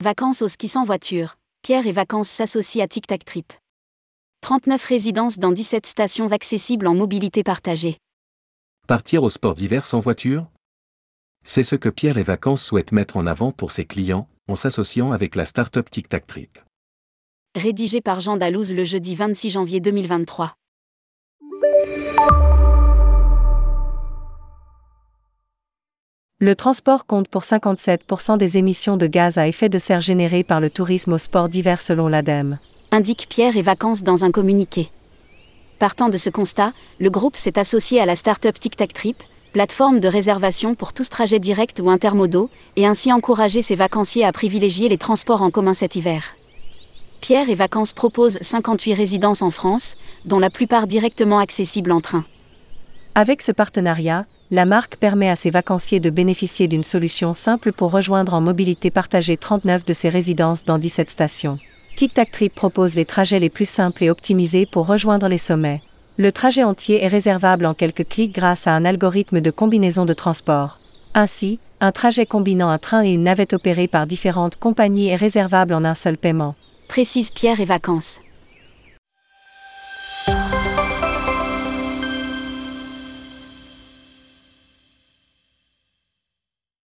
Vacances au ski sans voiture. Pierre et Vacances s'associent à Tic Tac Trip. 39 résidences dans 17 stations accessibles en mobilité partagée. Partir au sport d'hiver sans voiture? C'est ce que Pierre et Vacances souhaitent mettre en avant pour ses clients, en s'associant avec la start-up Tic Tac Trip. Rédigé par Jean Dalouse le jeudi 26 janvier 2023. Le transport compte pour 57% des émissions de gaz à effet de serre générées par le tourisme au sport d'hiver selon l'ADEME, indique Pierre et Vacances dans un communiqué. Partant de ce constat, le groupe s'est associé à la start-up Tic Tac Trip, plateforme de réservation pour tous trajets directs ou intermodaux, et ainsi encourager ses vacanciers à privilégier les transports en commun cet hiver. Pierre et Vacances propose 58 résidences en France, dont la plupart directement accessibles en train. Avec ce partenariat, la marque permet à ses vacanciers de bénéficier d'une solution simple pour rejoindre en mobilité partagée 39 de ses résidences dans 17 stations. Tic Tac Trip propose les trajets les plus simples et optimisés pour rejoindre les sommets. Le trajet entier est réservable en quelques clics grâce à un algorithme de combinaison de transport. Ainsi, un trajet combinant un train et une navette opérée par différentes compagnies est réservable en un seul paiement. Précise Pierre et Vacances.